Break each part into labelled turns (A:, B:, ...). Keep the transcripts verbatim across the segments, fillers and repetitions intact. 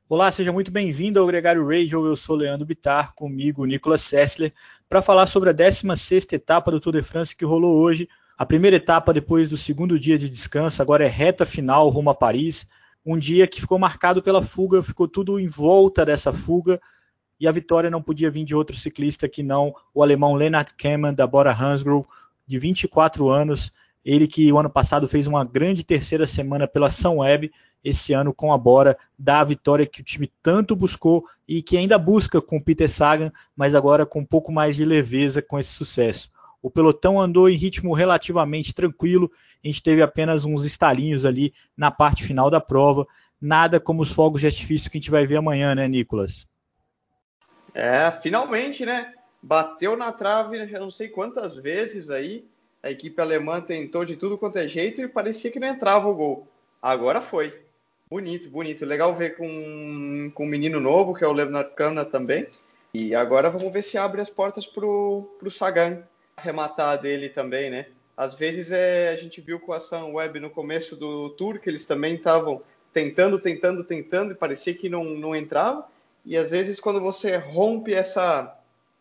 A: Olá, seja muito bem-vindo ao Gregário Radio, eu sou Leandro Bittar, comigo Nicolas Sessler, para falar sobre a décima sexta etapa do Tour de France que rolou hoje. A primeira etapa depois do segundo dia de descanso, agora é reta final rumo a Paris, um dia que ficou marcado pela fuga, ficou tudo em volta dessa fuga, e a vitória não podia vir de outro ciclista que não o alemão Lennart Kemna, da Bora-Hansgrohe, de vinte e quatro anos, ele que o ano passado fez uma grande terceira semana pela Sunweb, esse ano com a Bora, dá a vitória que o time tanto buscou e que ainda busca com o Peter Sagan, mas agora com um pouco mais de leveza com esse sucesso. O pelotão andou em ritmo relativamente tranquilo, a gente teve apenas uns estalinhos ali na parte final da prova, nada como os fogos de artifício que a gente vai ver amanhã, né, Nicolas?
B: É, finalmente, né? Bateu na trave, eu não sei quantas vezes aí. A equipe alemã tentou de tudo quanto é jeito e parecia que não entrava o gol. Agora foi. Bonito, bonito. Legal ver com, com um menino novo, que é o Lennart Kemna também. E agora vamos ver se abre as portas pro, pro Sagan arrematar dele também, né? Às vezes é, a gente viu com a Sunweb no começo do Tour, que eles também estavam tentando, tentando, tentando, e parecia que não, não entrava. E às vezes quando você rompe essa,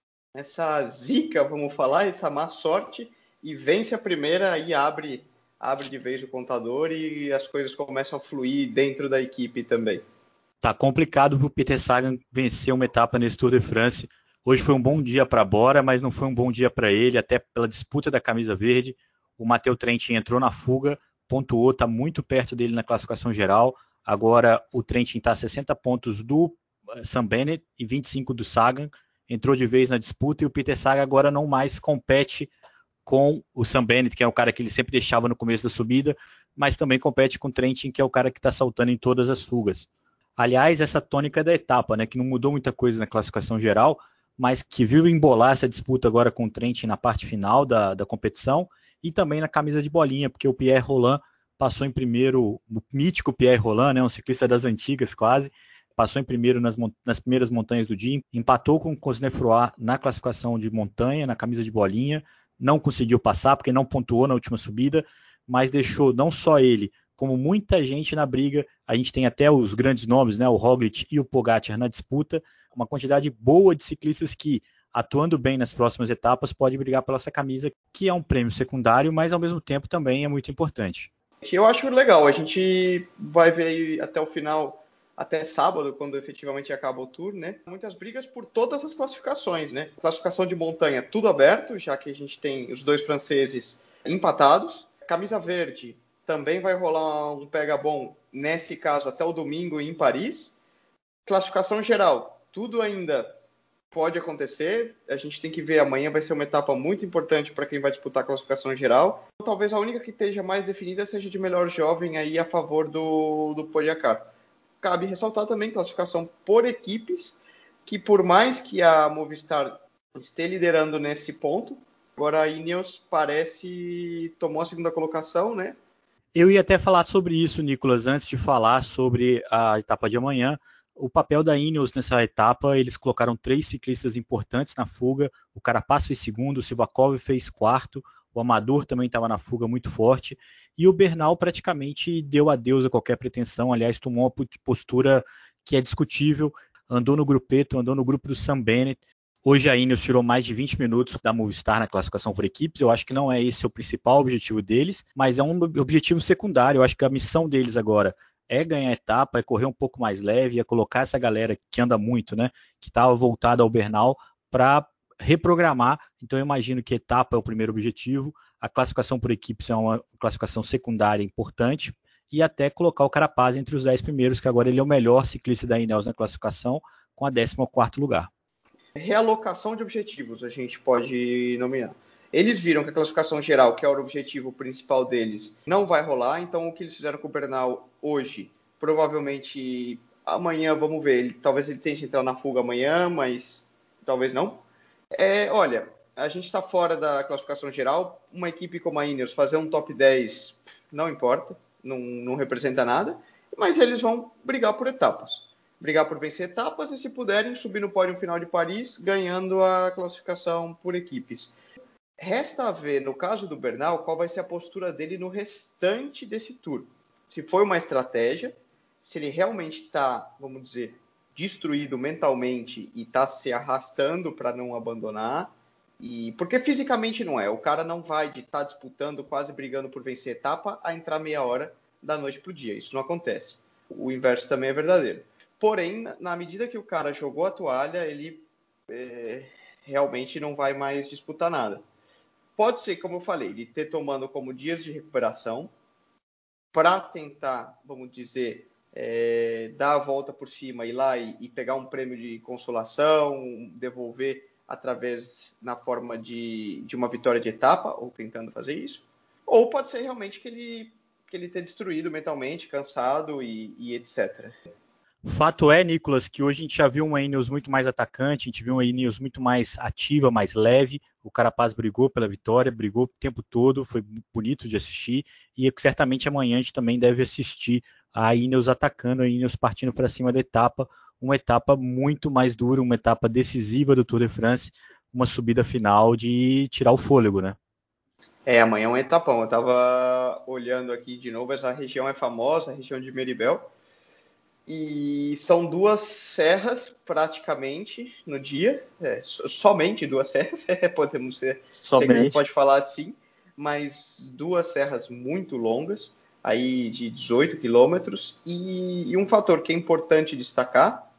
B: essa zica, vamos falar, essa má sorte, e vence a primeira, aí abre, abre de vez o contador e as coisas começam a fluir dentro da equipe também.
A: Tá complicado para o Peter Sagan vencer uma etapa nesse Tour de France. Hoje foi um bom dia para Bora, mas não foi um bom dia para ele, até pela disputa da camisa verde. O Matteo Trentin entrou na fuga, pontuou, está muito perto dele na classificação geral. Agora o Trentin está a sessenta pontos do Sam Bennett e vinte e cinco do Sagan. Entrou de vez na disputa e o Peter Sagan agora não mais compete com o Sam Bennett, que é o cara que ele sempre deixava no começo da subida, mas também compete com o Trentin, que é o cara que está saltando em todas as fugas. Aliás, essa tônica da etapa, né, que não mudou muita coisa na classificação geral, mas que viu embolar essa disputa agora com o Trent na parte final da, da competição e também na camisa de bolinha, porque o Pierre Rolland passou em primeiro, o mítico Pierre Rolland, né, um ciclista das antigas quase, passou em primeiro nas, nas primeiras montanhas do dia, empatou com o Cosnefroy na classificação de montanha, na camisa de bolinha, não conseguiu passar porque não pontuou na última subida, mas deixou não só ele, como muita gente na briga. A gente tem até os grandes nomes, né, o Roglic e o Pogacar na disputa, uma quantidade boa de ciclistas que, atuando bem nas próximas etapas, pode brigar pela essa camisa, que é um prêmio secundário, mas ao mesmo tempo também é muito importante.
B: Eu acho legal, a gente vai ver aí até o final, até sábado, quando efetivamente acaba o Tour, né? Muitas brigas por todas as classificações, né? Classificação de montanha, tudo aberto, já que a gente tem os dois franceses empatados. Camisa verde, também vai rolar um pega-bom, nesse caso, até o domingo em Paris. Classificação geral, tudo ainda pode acontecer. A gente tem que ver, amanhã vai ser uma etapa muito importante para quem vai disputar a classificação geral. Talvez a única que esteja mais definida seja de melhor jovem aí a favor do, do Pogacar. Cabe ressaltar também classificação por equipes, que por mais que a Movistar esteja liderando nesse ponto, agora a Ineos parece tomou a segunda colocação, né?
A: Eu ia até falar sobre isso, Nicolas, antes de falar sobre a etapa de amanhã. O papel da Ineos nessa etapa, eles colocaram três ciclistas importantes na fuga. O Carapaz fez segundo, o Sivakov fez quarto, o Amador também estava na fuga muito forte. E o Bernal praticamente deu adeus a qualquer pretensão. Aliás, tomou uma postura que é discutível. Andou no grupeto, andou no grupo do Sam Bennett. Hoje a Ineos tirou mais de vinte minutos da Movistar na classificação por equipes. Eu acho que não é esse o principal objetivo deles, mas é um objetivo secundário. Eu acho que a missão deles agora é ganhar a etapa, é correr um pouco mais leve, é colocar essa galera que anda muito, né, que estava voltada ao Bernal, para reprogramar. Então eu imagino que a etapa é o primeiro objetivo, a classificação por equipes é uma classificação secundária importante, e até colocar o Carapaz entre os dez primeiros, que agora ele é o melhor ciclista da Ineos na classificação, com a décimo quarto lugar.
B: Realocação de objetivos, a gente pode nominar. Eles viram que a classificação geral, que é o objetivo principal deles, não vai rolar, então o que eles fizeram com o Bernal hoje, provavelmente amanhã, vamos ver, ele, talvez ele tente entrar na fuga amanhã, mas talvez não. É, olha, a gente está fora da classificação geral, uma equipe como a Ineos fazer um top dez não importa, não, não representa nada, mas eles vão brigar por etapas. Brigar por vencer etapas e, se puderem, subir no pódio final de Paris, ganhando a classificação por equipes. Resta ver, no caso do Bernal, qual vai ser a postura dele no restante desse Tour. Se foi uma estratégia, se ele realmente está, vamos dizer, destruído mentalmente e está se arrastando para não abandonar. E porque fisicamente não é. O cara não vai de estar tá disputando, quase brigando por vencer etapa, a entrar meia hora da noite para o dia. Isso não acontece. O inverso também é verdadeiro. Porém, na medida que o cara jogou a toalha, ele é, realmente não vai mais disputar nada. Pode ser, como eu falei, ele ter tomando como dias de recuperação para tentar, vamos dizer, é, dar a volta por cima, ir lá e, e pegar um prêmio de consolação, devolver através na forma de, de uma vitória de etapa, ou tentando fazer isso. Ou pode ser realmente que ele, que ele tenha destruído mentalmente, cansado e, e etcétera.
A: Fato é, Nicolas, que hoje a gente já viu uma Ineos muito mais atacante, a gente viu uma Ineos muito mais ativa, mais leve. O Carapaz brigou pela vitória, brigou o tempo todo, foi bonito de assistir. E certamente amanhã a gente também deve assistir a Ineos atacando, a Ineos partindo para cima da etapa. Uma etapa muito mais dura, uma etapa decisiva do Tour de France, uma subida final de tirar o fôlego, né?
B: É, amanhã é um etapão. Eu estava olhando aqui de novo, essa região é famosa, a região de Meribel. E são duas serras praticamente no dia, é, somente duas serras, podemos ser,
A: Somente.
B: pode falar assim, mas duas serras muito longas, aí de dezoito quilômetros, e, e um fator que é importante destacar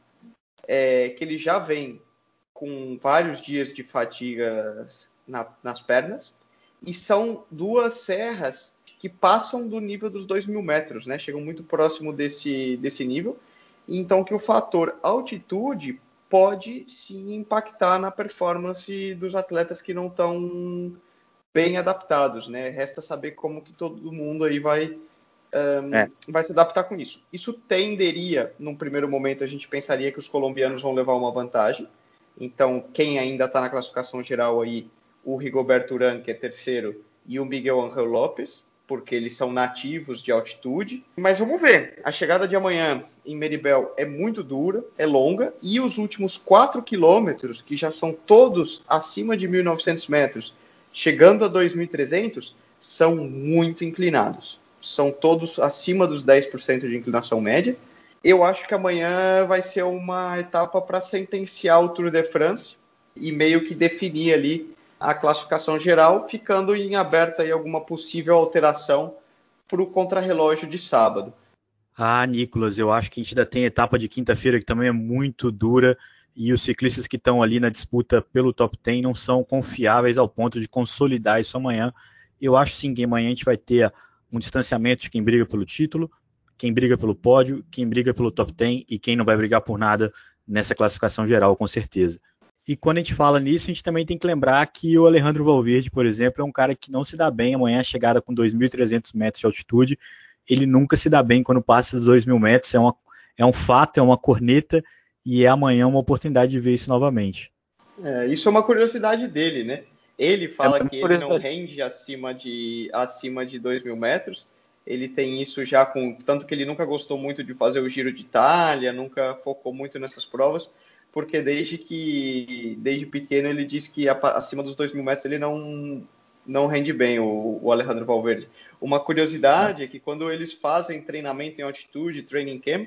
B: é que ele já vem com vários dias de fadiga na, nas pernas, e são duas serras que passam do nível dos dois mil metros, né? Chegam muito próximo desse, desse nível. Então, que o fator altitude pode sim impactar na performance dos atletas que não estão bem adaptados, né? Resta saber como que todo mundo aí vai, um,
A: É.
B: vai se adaptar com isso. Isso tenderia, num primeiro momento, a gente pensaria que os colombianos vão levar uma vantagem. Então, quem ainda está na classificação geral aí, o Rigoberto Urán, que é terceiro, e o Miguel Ángel Lopes, porque eles são nativos de altitude. Mas vamos ver. A chegada de amanhã em Meribel é muito dura, é longa, e os últimos quatro quilômetros, que já são todos acima de mil e novecentos metros, chegando a dois mil e trezentos, são muito inclinados. São todos acima dos dez por cento de inclinação média. Eu acho que amanhã vai ser uma etapa para sentenciar o Tour de France e meio que definir ali a classificação geral, ficando em aberto aí alguma possível alteração para o contrarrelógio de sábado.
A: Ah, Nicolas, eu acho que a gente ainda tem etapa de quinta-feira que também é muito dura e os ciclistas que estão ali na disputa pelo top dez não são confiáveis ao ponto de consolidar isso amanhã. Eu acho sim que amanhã a gente vai ter um distanciamento de quem briga pelo título, quem briga pelo pódio, quem briga pelo top dez e quem não vai brigar por nada nessa classificação geral, com certeza. E quando a gente fala nisso, a gente também tem que lembrar que o Alejandro Valverde, por exemplo, é um cara que não se dá bem amanhã, chegada com dois mil e trezentos metros de altitude. Ele nunca se dá bem quando passa dos dois mil metros. É, uma, é um fato, é uma corneta, e é amanhã uma oportunidade de ver isso novamente.
B: É, isso é uma curiosidade dele, né? Ele
A: É
B: fala
A: uma
B: que ele não
A: curiosidade.
B: rende acima de, acima de dois mil metros. Ele tem isso já com. Tanto que ele nunca gostou muito de fazer o Giro de Itália, nunca focou muito nessas provas, porque desde que. Desde pequeno ele diz que acima dos dois mil metros ele não, não rende bem, o, o Alejandro Valverde. Uma curiosidade é que quando eles fazem treinamento em altitude, training camp,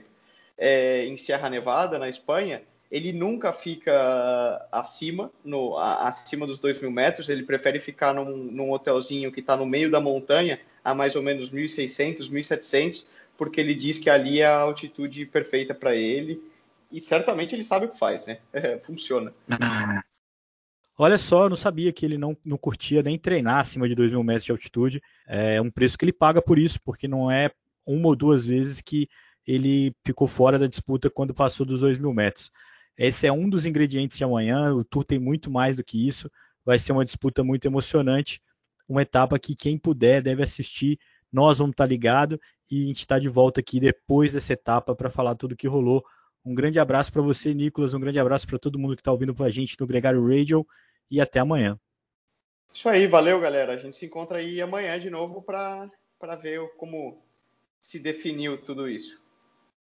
B: é, em Sierra Nevada, na Espanha, ele nunca fica acima, no, a, acima dos dois mil metros, ele prefere ficar num, num hotelzinho que está no meio da montanha, a mais ou menos mil e seiscentos, mil e setecentos, porque ele diz que ali é a altitude perfeita para ele, e certamente ele sabe o que faz, né? É, funciona.
A: Olha só, eu não sabia que ele não, não curtia nem treinar acima de dois mil metros de altitude. É um preço que ele paga por isso, porque não é uma ou duas vezes que ele ficou fora da disputa quando passou dos dois mil metros. Esse é um dos ingredientes de amanhã. O Tour tem muito mais do que isso. Vai ser uma disputa muito emocionante. Uma etapa que quem puder deve assistir. Nós vamos estar ligados e a gente está de volta aqui depois dessa etapa para falar tudo o que rolou. Um grande abraço para você, Nicolas. Um grande abraço para todo mundo que está ouvindo com a gente no Gregário Radio. E até amanhã.
B: Isso aí, valeu, galera. A gente se encontra aí amanhã de novo para ver como se definiu tudo isso.